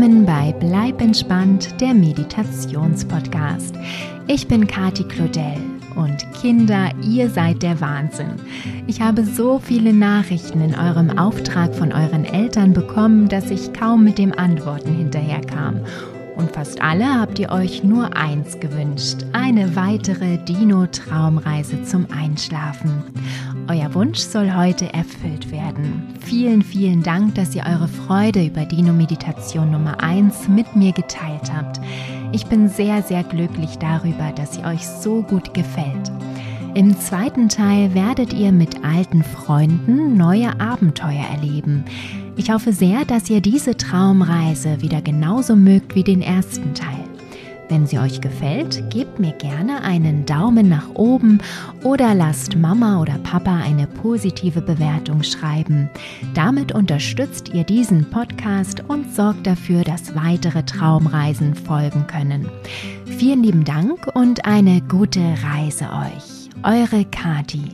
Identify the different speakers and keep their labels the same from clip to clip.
Speaker 1: Willkommen bei Bleib entspannt, der Meditationspodcast. Ich bin Kati Claudel und Kinder, ihr seid der Wahnsinn. Ich habe so viele Nachrichten in eurem Auftrag von euren Eltern bekommen, dass ich kaum mit dem Antworten hinterherkam. Und fast alle habt ihr euch nur eins gewünscht: eine weitere Dino-Traumreise zum Einschlafen. Euer Wunsch soll heute erfüllt werden. Vielen, vielen Dank, dass ihr eure Freude über Dino-Meditation Nummer 1 mit mir geteilt habt. Ich bin sehr, sehr glücklich darüber, dass sie euch so gut gefällt. Im zweiten Teil werdet ihr mit alten Freunden neue Abenteuer erleben. Ich hoffe sehr, dass ihr diese Traumreise wieder genauso mögt wie den ersten Teil. Wenn sie euch gefällt, gebt mir gerne einen Daumen nach oben oder lasst Mama oder Papa eine positive Bewertung schreiben. Damit unterstützt ihr diesen Podcast und sorgt dafür, dass weitere Traumreisen folgen können. Vielen lieben Dank und eine gute Reise euch. Eure Kati.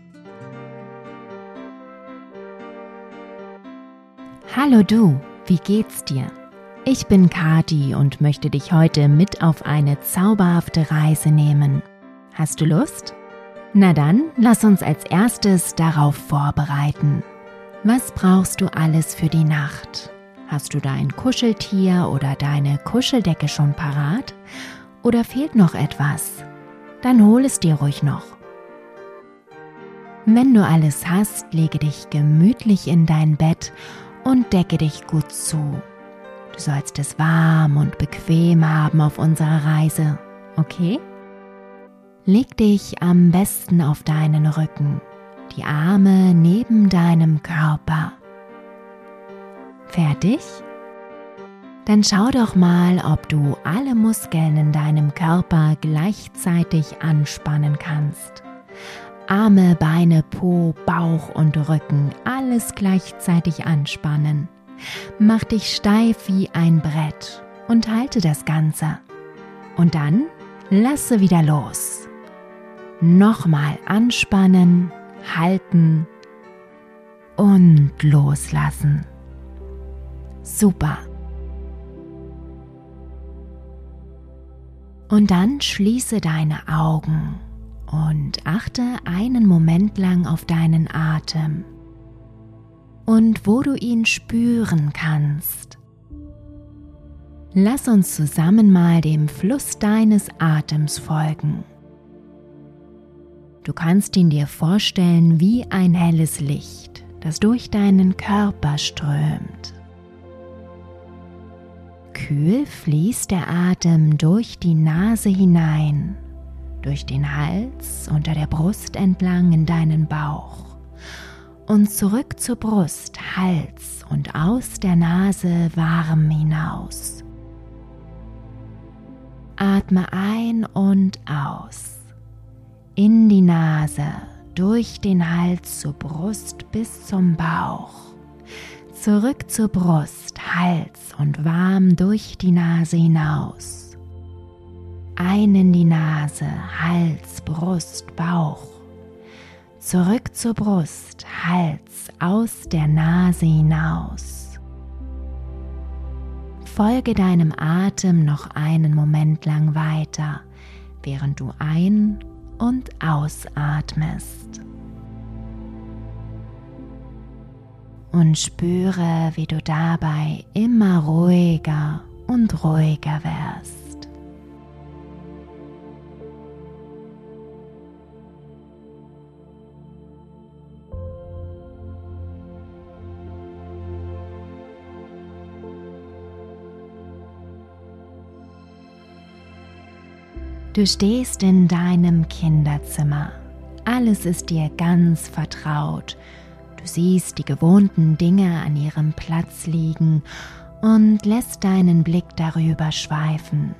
Speaker 1: Hallo du, wie geht's dir? Ich bin Kati und möchte dich heute mit auf eine zauberhafte Reise nehmen. Hast du Lust? Na dann, lass uns als erstes darauf vorbereiten. Was brauchst du alles für die Nacht? Hast du dein Kuscheltier oder deine Kuscheldecke schon parat? Oder fehlt noch etwas? Dann hol es dir ruhig noch. Wenn du alles hast, lege dich gemütlich in dein Bett und decke dich gut zu. Du sollst es warm und bequem haben auf unserer Reise, okay? Leg dich am besten auf deinen Rücken, die Arme neben deinem Körper. Fertig? Dann schau doch mal, ob du alle Muskeln in deinem Körper gleichzeitig anspannen kannst. Arme, Beine, Po, Bauch und Rücken, alles gleichzeitig anspannen. Mach dich steif wie ein Brett und halte das Ganze. Und dann lasse wieder los. Nochmal anspannen, halten und loslassen. Super. Und dann schließe deine Augen und achte einen Moment lang auf deinen Atem und wo du ihn spüren kannst. Lass uns zusammen mal dem Fluss deines Atems folgen. Du kannst ihn dir vorstellen wie ein helles Licht, das durch deinen Körper strömt. Kühl fließt der Atem durch die Nase hinein, durch den Hals, unter der Brust entlang in deinen Bauch und zurück zur Brust, Hals und aus der Nase warm hinaus. Atme ein und aus. In die Nase, durch den Hals zur Brust bis zum Bauch. Zurück zur Brust, Hals und warm durch die Nase hinaus. Ein in die Nase, Hals, Brust, Bauch. Zurück zur Brust, Hals, aus der Nase hinaus. Folge deinem Atem noch einen Moment lang weiter, während du ein- und ausatmest. Und spüre, wie du dabei immer ruhiger und ruhiger wirst. Du stehst in deinem Kinderzimmer. Alles ist dir ganz vertraut. Du siehst die gewohnten Dinge an ihrem Platz liegen und lässt deinen Blick darüber schweifen.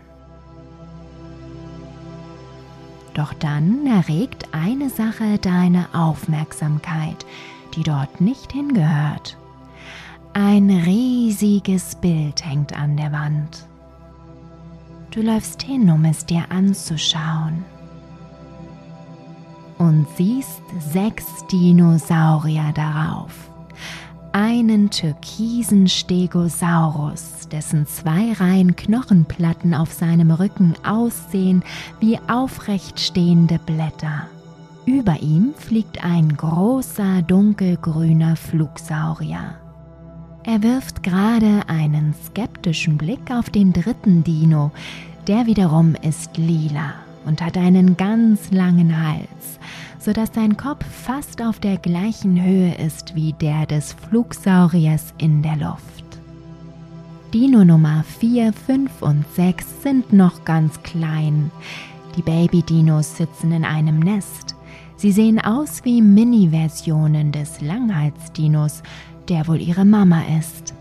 Speaker 1: Doch dann erregt eine Sache deine Aufmerksamkeit, die dort nicht hingehört. Ein riesiges Bild hängt an der Wand. Du läufst hin, um es dir anzuschauen. Und siehst 6 Dinosaurier darauf. einen türkisen Stegosaurus, dessen 2 Reihen Knochenplatten auf seinem Rücken aussehen wie aufrecht stehende Blätter. Über ihm fliegt ein großer, dunkelgrüner Flugsaurier. Er wirft gerade einen skeptischen Blick auf den 3. Dino, der wiederum ist lila und hat einen ganz langen Hals, sodass sein Kopf fast auf der gleichen Höhe ist wie der des Flugsauriers in der Luft. Dino Nummer 4, 5 und 6 sind noch ganz klein. Die Baby-Dinos sitzen in einem Nest. Sie sehen aus wie Mini-Versionen des Langhals-Dinos, der wohl ihre Mama ist.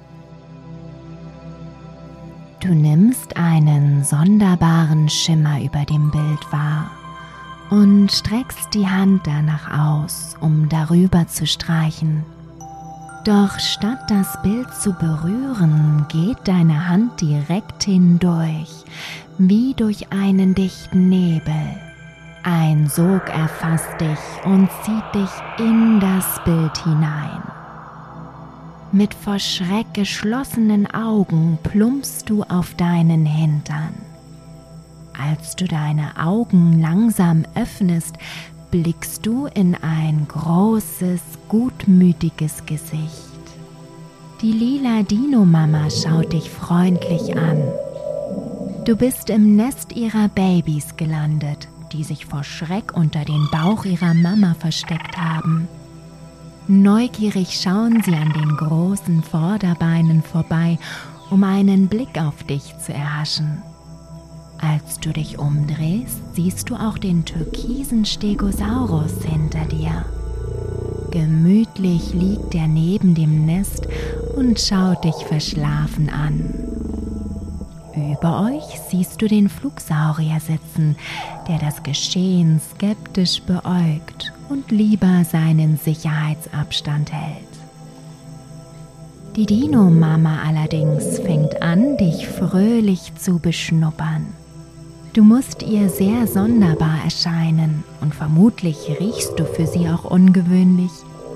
Speaker 1: Du nimmst einen sonderbaren Schimmer über dem Bild wahr und streckst die Hand danach aus, um darüber zu streichen. Doch statt das Bild zu berühren, geht deine Hand direkt hindurch, wie durch einen dichten Nebel. Ein Sog erfasst dich und zieht dich in das Bild hinein. Mit vor Schreck geschlossenen Augen plumpst du auf deinen Hintern. Als du deine Augen langsam öffnest, blickst du in ein großes, gutmütiges Gesicht. Die lila Dino-Mama schaut dich freundlich an. Du bist im Nest ihrer Babys gelandet, die sich vor Schreck unter den Bauch ihrer Mama versteckt haben. Neugierig schauen sie an den großen Vorderbeinen vorbei, um einen Blick auf dich zu erhaschen. Als du dich umdrehst, siehst du auch den türkisen Stegosaurus hinter dir. Gemütlich liegt er neben dem Nest und schaut dich verschlafen an. Über euch siehst du den Flugsaurier sitzen, der das Geschehen skeptisch beäugt und lieber seinen Sicherheitsabstand hält. Die Dino-Mama allerdings fängt an, dich fröhlich zu beschnuppern. Du musst ihr sehr sonderbar erscheinen und vermutlich riechst du für sie auch ungewöhnlich.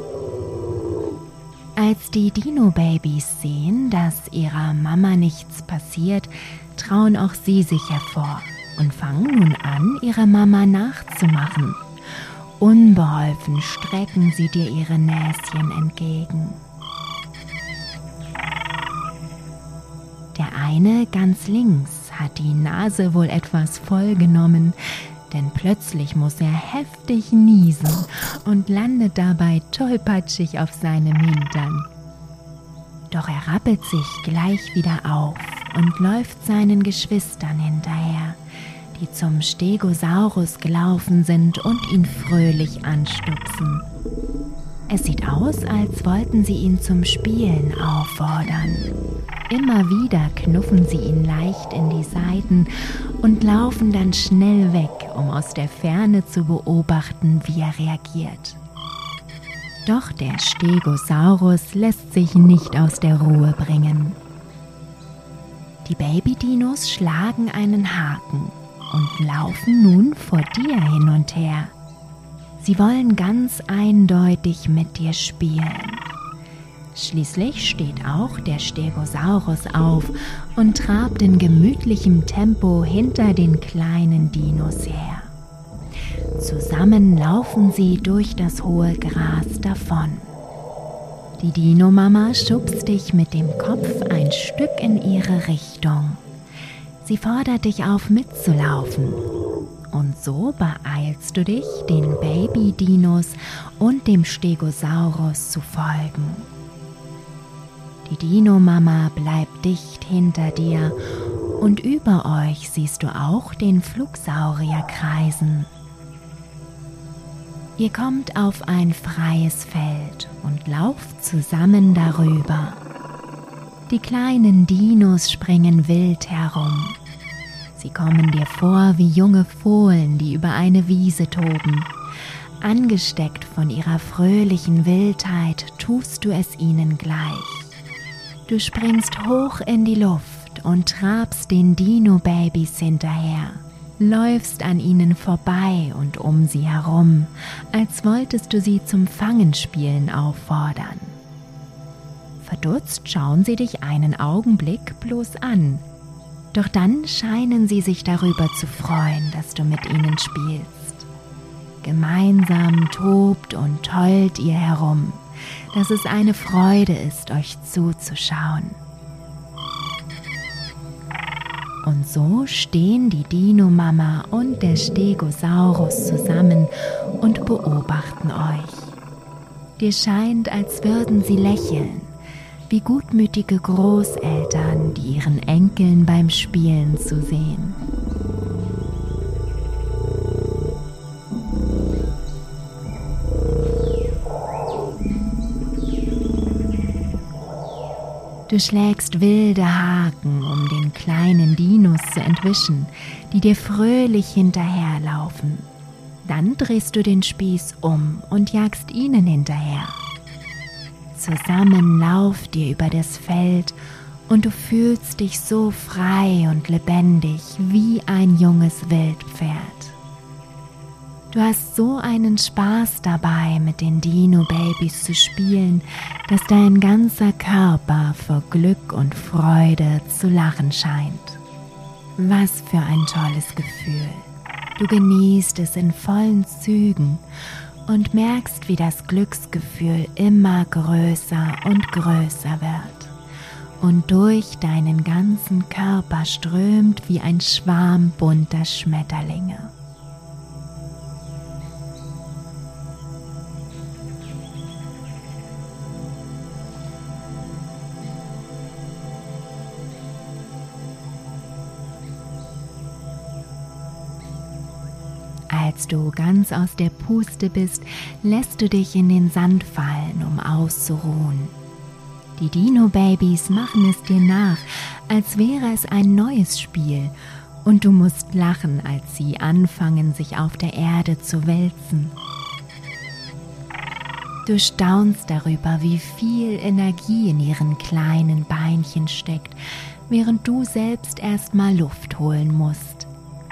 Speaker 1: Als die Dino-Babys sehen, dass ihrer Mama nichts passiert, trauen auch sie sich hervor und fangen nun an, ihrer Mama nachzumachen. Unbeholfen strecken sie dir ihre Näschen entgegen. Der eine ganz links hat die Nase wohl etwas vollgenommen, denn plötzlich muss er heftig niesen und landet dabei tollpatschig auf seinem Hintern. Doch er rappelt sich gleich wieder auf und läuft seinen Geschwistern hinterher, die zum Stegosaurus gelaufen sind und ihn fröhlich anstupsen. Es sieht aus, als wollten sie ihn zum Spielen auffordern. Immer wieder knuffen sie ihn leicht in die Seiten und laufen dann schnell weg, um aus der Ferne zu beobachten, wie er reagiert. Doch der Stegosaurus lässt sich nicht aus der Ruhe bringen. Die Baby-Dinos schlagen einen Haken und laufen nun vor dir hin und her. Sie wollen ganz eindeutig mit dir spielen. Schließlich steht auch der Stegosaurus auf und trabt in gemütlichem Tempo hinter den kleinen Dinos her. Zusammen laufen sie durch das hohe Gras davon. Die Dino-Mama schubst dich mit dem Kopf ein Stück in ihre Richtung. Sie fordert dich auf, mitzulaufen. Und so beeilst du dich, den Baby-Dinos und dem Stegosaurus zu folgen. Die Dino-Mama bleibt dicht hinter dir und über euch siehst du auch den Flugsaurier kreisen. Ihr kommt auf ein freies Feld und lauft zusammen darüber. Die kleinen Dinos springen wild herum. Sie kommen dir vor wie junge Fohlen, die über eine Wiese toben. Angesteckt von ihrer fröhlichen Wildheit tust du es ihnen gleich. Du springst hoch in die Luft und trabst den Dino-Babys hinterher, läufst an ihnen vorbei und um sie herum, als wolltest du sie zum Fangenspielen auffordern. Verdutzt schauen sie dich einen Augenblick bloß an. Doch dann scheinen sie sich darüber zu freuen, dass du mit ihnen spielst. Gemeinsam tobt und tollt ihr herum, dass es eine Freude ist, euch zuzuschauen. Und so stehen die Dino-Mama und der Stegosaurus zusammen und beobachten euch. Dir scheint, als würden sie lächeln, wie gutmütige Großeltern, die ihren Enkeln beim Spielen zusehen. Du schlägst wilde Haken, um den kleinen Dinos zu entwischen, die dir fröhlich hinterherlaufen. Dann drehst du den Spieß um und jagst ihnen hinterher. Zusammen lauft ihr über das Feld und du fühlst dich so frei und lebendig wie ein junges Wildpferd. Du hast so einen Spaß dabei, mit den Dino-Babys zu spielen, dass dein ganzer Körper vor Glück und Freude zu lachen scheint. Was für ein tolles Gefühl. Du genießt es in vollen Zügen und merkst, wie das Glücksgefühl immer größer und größer wird und durch deinen ganzen Körper strömt wie ein Schwarm bunter Schmetterlinge. Als du ganz aus der Puste bist, lässt du dich in den Sand fallen, um auszuruhen. Die Dino-Babys machen es dir nach, als wäre es ein neues Spiel, und du musst lachen, als sie anfangen, sich auf der Erde zu wälzen. Du staunst darüber, wie viel Energie in ihren kleinen Beinchen steckt, während du selbst erstmal Luft holen musst.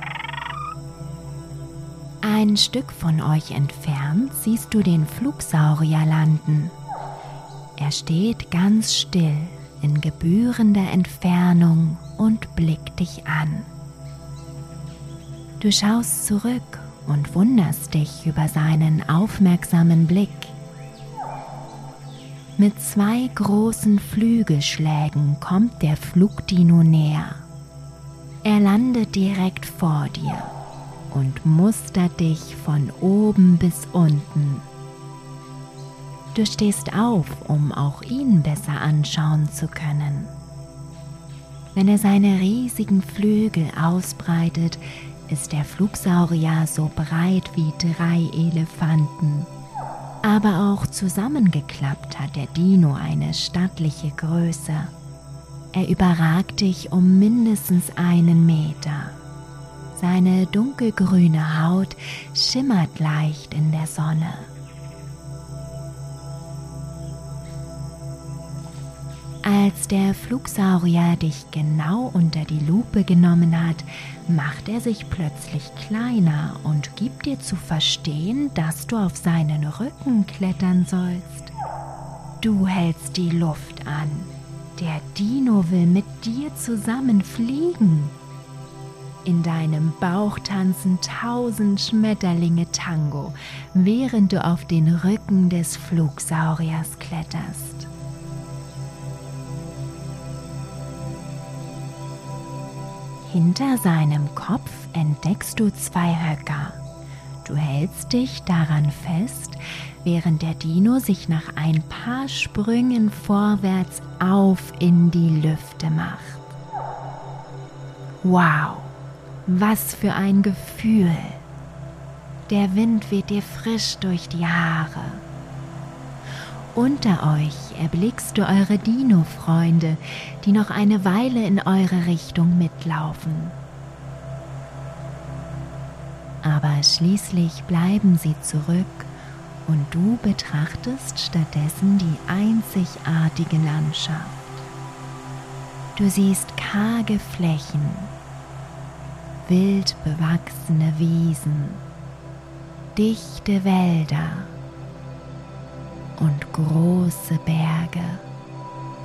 Speaker 1: Ein Stück von euch entfernt siehst du den Flugsaurier landen. Er steht ganz still in gebührender Entfernung und blickt dich an. Du schaust zurück und wunderst dich über seinen aufmerksamen Blick. Mit 2 großen Flügelschlägen kommt der Flugdino näher. Er landet direkt vor dir und mustert dich von oben bis unten. Du stehst auf, um auch ihn besser anschauen zu können. Wenn er seine riesigen Flügel ausbreitet, ist der Flugsaurier so breit wie 3 Elefanten. Aber auch zusammengeklappt hat der Dino eine stattliche Größe. Er überragt dich um mindestens 1 Meter. Seine dunkelgrüne Haut schimmert leicht in der Sonne. Als der Flugsaurier dich genau unter die Lupe genommen hat, macht er sich plötzlich kleiner und gibt dir zu verstehen, dass du auf seinen Rücken klettern sollst. Du hältst die Luft an. Der Dino will mit dir zusammen fliegen. In deinem Bauch tanzen 1000 Schmetterlinge Tango, während du auf den Rücken des Flugsauriers kletterst. Hinter seinem Kopf entdeckst du 2 Höcker. Du hältst dich daran fest, während der Dino sich nach ein paar Sprüngen vorwärts auf in die Lüfte macht. Wow! Was für ein Gefühl! Der Wind weht dir frisch durch die Haare. Unter euch erblickst du eure Dino-Freunde, die noch eine Weile in eure Richtung mitlaufen. Aber schließlich bleiben sie zurück und du betrachtest stattdessen die einzigartige Landschaft. Du siehst karge Flächen, wild bewachsene Wiesen, dichte Wälder und große Berge.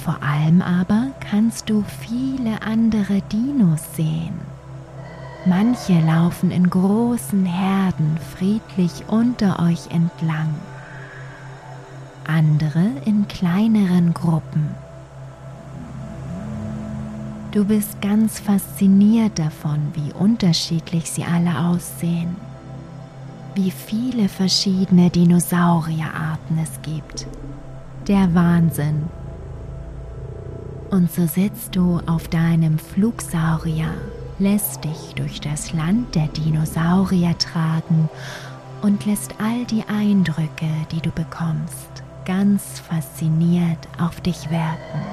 Speaker 1: Vor allem aber kannst du viele andere Dinos sehen. Manche laufen in großen Herden friedlich unter euch entlang, andere in kleineren Gruppen. Du bist ganz fasziniert davon, wie unterschiedlich sie alle aussehen, wie viele verschiedene Dinosaurierarten es gibt. Der Wahnsinn! Und so sitzt du auf deinem Flugsaurier, lässt dich durch das Land der Dinosaurier tragen und lässt all die Eindrücke, die du bekommst, ganz fasziniert auf dich wirken.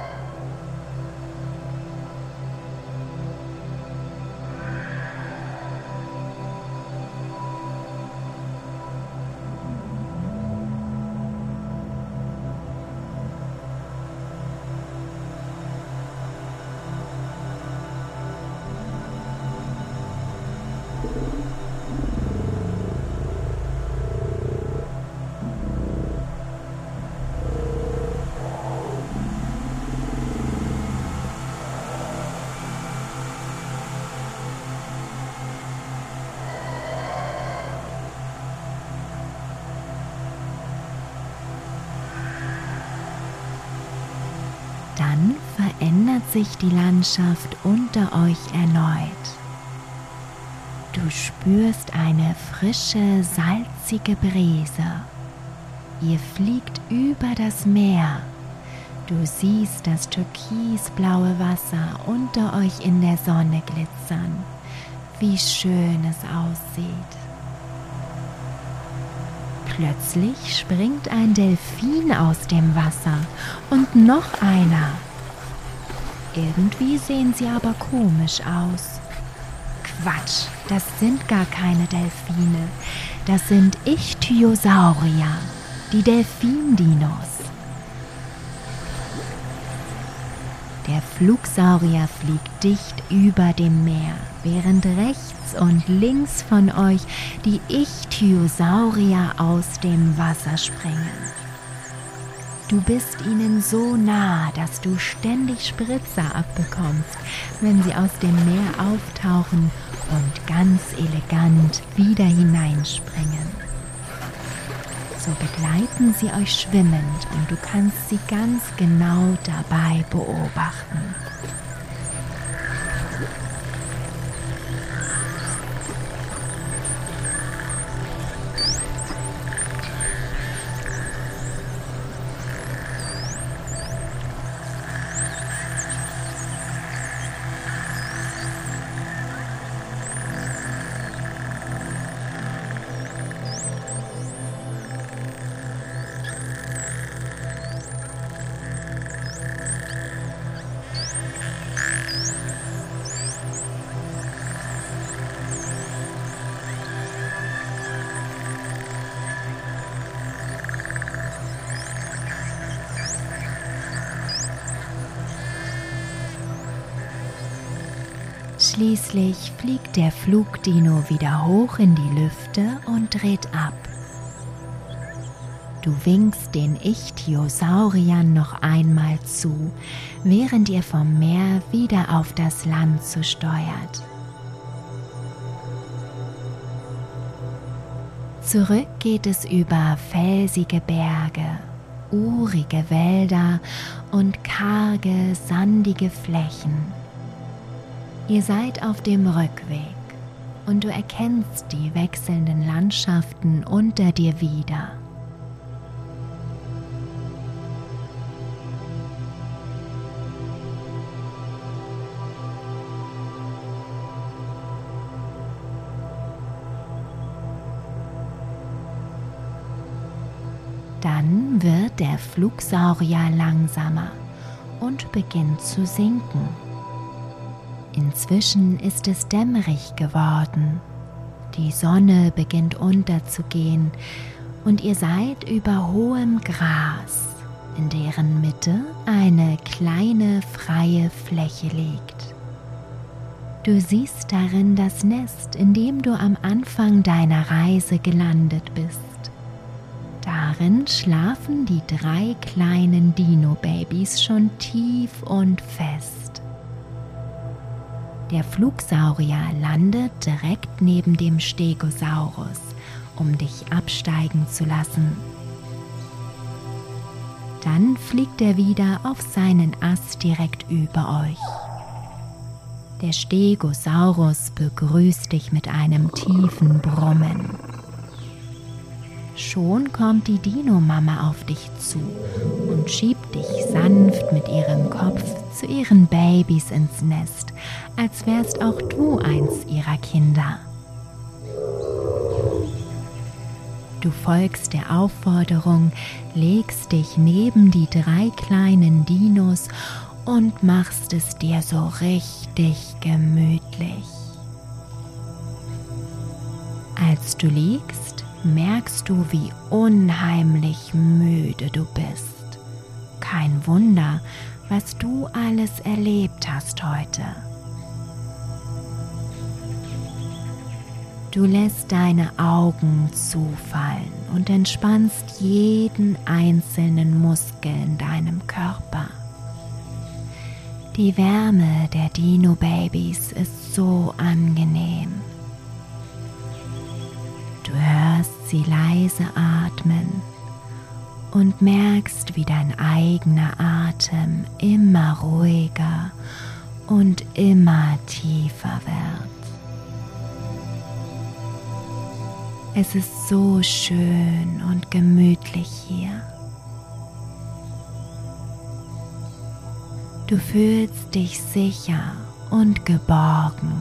Speaker 1: Dann verändert sich die Landschaft unter euch erneut. Du spürst eine frische, salzige Brise. Ihr fliegt über das Meer. Du siehst das türkisblaue Wasser unter euch in der Sonne glitzern. Wie schön es aussieht. Plötzlich springt ein Delfin aus dem Wasser und noch einer. Irgendwie sehen sie aber komisch aus. Quatsch, das sind gar keine Delfine. Das sind Ichthyosaurier, die Delfindinos. Der Flugsaurier fliegt dicht über dem Meer, während rechts und links von euch die Ichthyosaurier aus dem Wasser springen. Du bist ihnen so nah, dass du ständig Spritzer abbekommst, wenn sie aus dem Meer auftauchen und ganz elegant wieder hineinspringen. So begleiten sie euch schwimmend und du kannst sie ganz genau dabei beobachten. Schließlich fliegt der Flugdino wieder hoch in die Lüfte und dreht ab. Du winkst den Ichthyosauriern noch einmal zu, während ihr vom Meer wieder auf das Land zusteuert. Zurück geht es über felsige Berge, urige Wälder und karge, sandige Flächen. Ihr seid auf dem Rückweg und du erkennst die wechselnden Landschaften unter dir wieder. Dann wird der Flugsaurier langsamer und beginnt zu sinken. Inzwischen ist es dämmerig geworden. Die Sonne beginnt unterzugehen und ihr seid über hohem Gras, in deren Mitte eine kleine freie Fläche liegt. Du siehst darin das Nest, in dem du am Anfang deiner Reise gelandet bist. Darin schlafen die 3 kleinen Dino-Babys schon tief und fest. Der Flugsaurier landet direkt neben dem Stegosaurus, um dich absteigen zu lassen. Dann fliegt er wieder auf seinen Ast direkt über euch. Der Stegosaurus begrüßt dich mit einem tiefen Brummen. Schon kommt die Dino-Mama auf dich zu und schiebt dich sanft mit ihrem Kopf zu ihren Babys ins Nest, als wärst auch du eins ihrer Kinder. Du folgst der Aufforderung, legst dich neben die 3 kleinen Dinos und machst es dir so richtig gemütlich. Als du liegst, merkst du, wie unheimlich müde du bist. Kein Wunder, was du alles erlebt hast heute. Du lässt deine Augen zufallen und entspannst jeden einzelnen Muskel in deinem Körper. Die Wärme der Dino-Babys ist so angenehm. Du hörst sie leise atmen und merkst, wie dein eigener Atem immer ruhiger und immer tiefer wird. Es ist so schön und gemütlich hier. Du fühlst dich sicher und geborgen.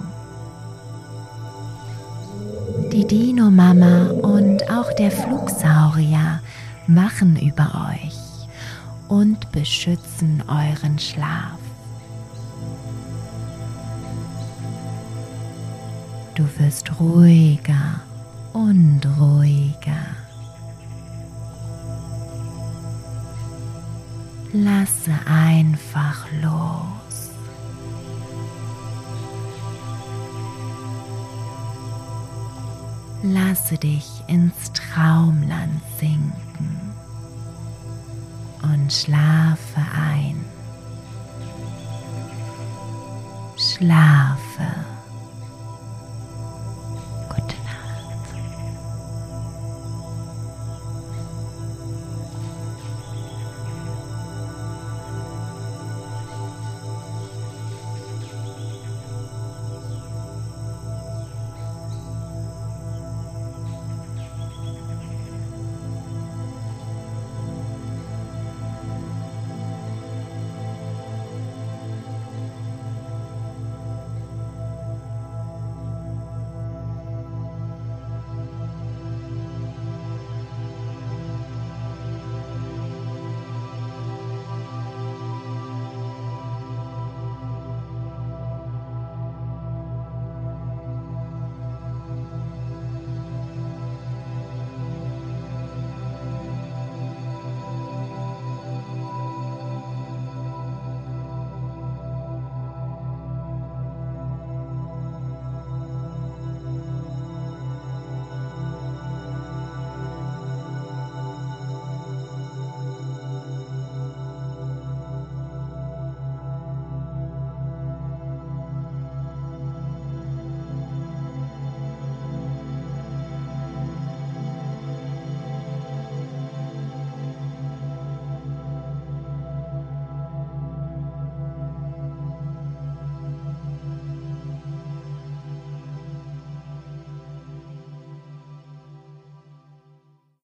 Speaker 1: Die Dino-Mama und auch der Flugsaurier wachen über euch und beschützen euren Schlaf. Du wirst ruhiger und ruhiger. Lasse einfach los. Lasse dich ins Traumland sinken und schlafe ein. Schlafe.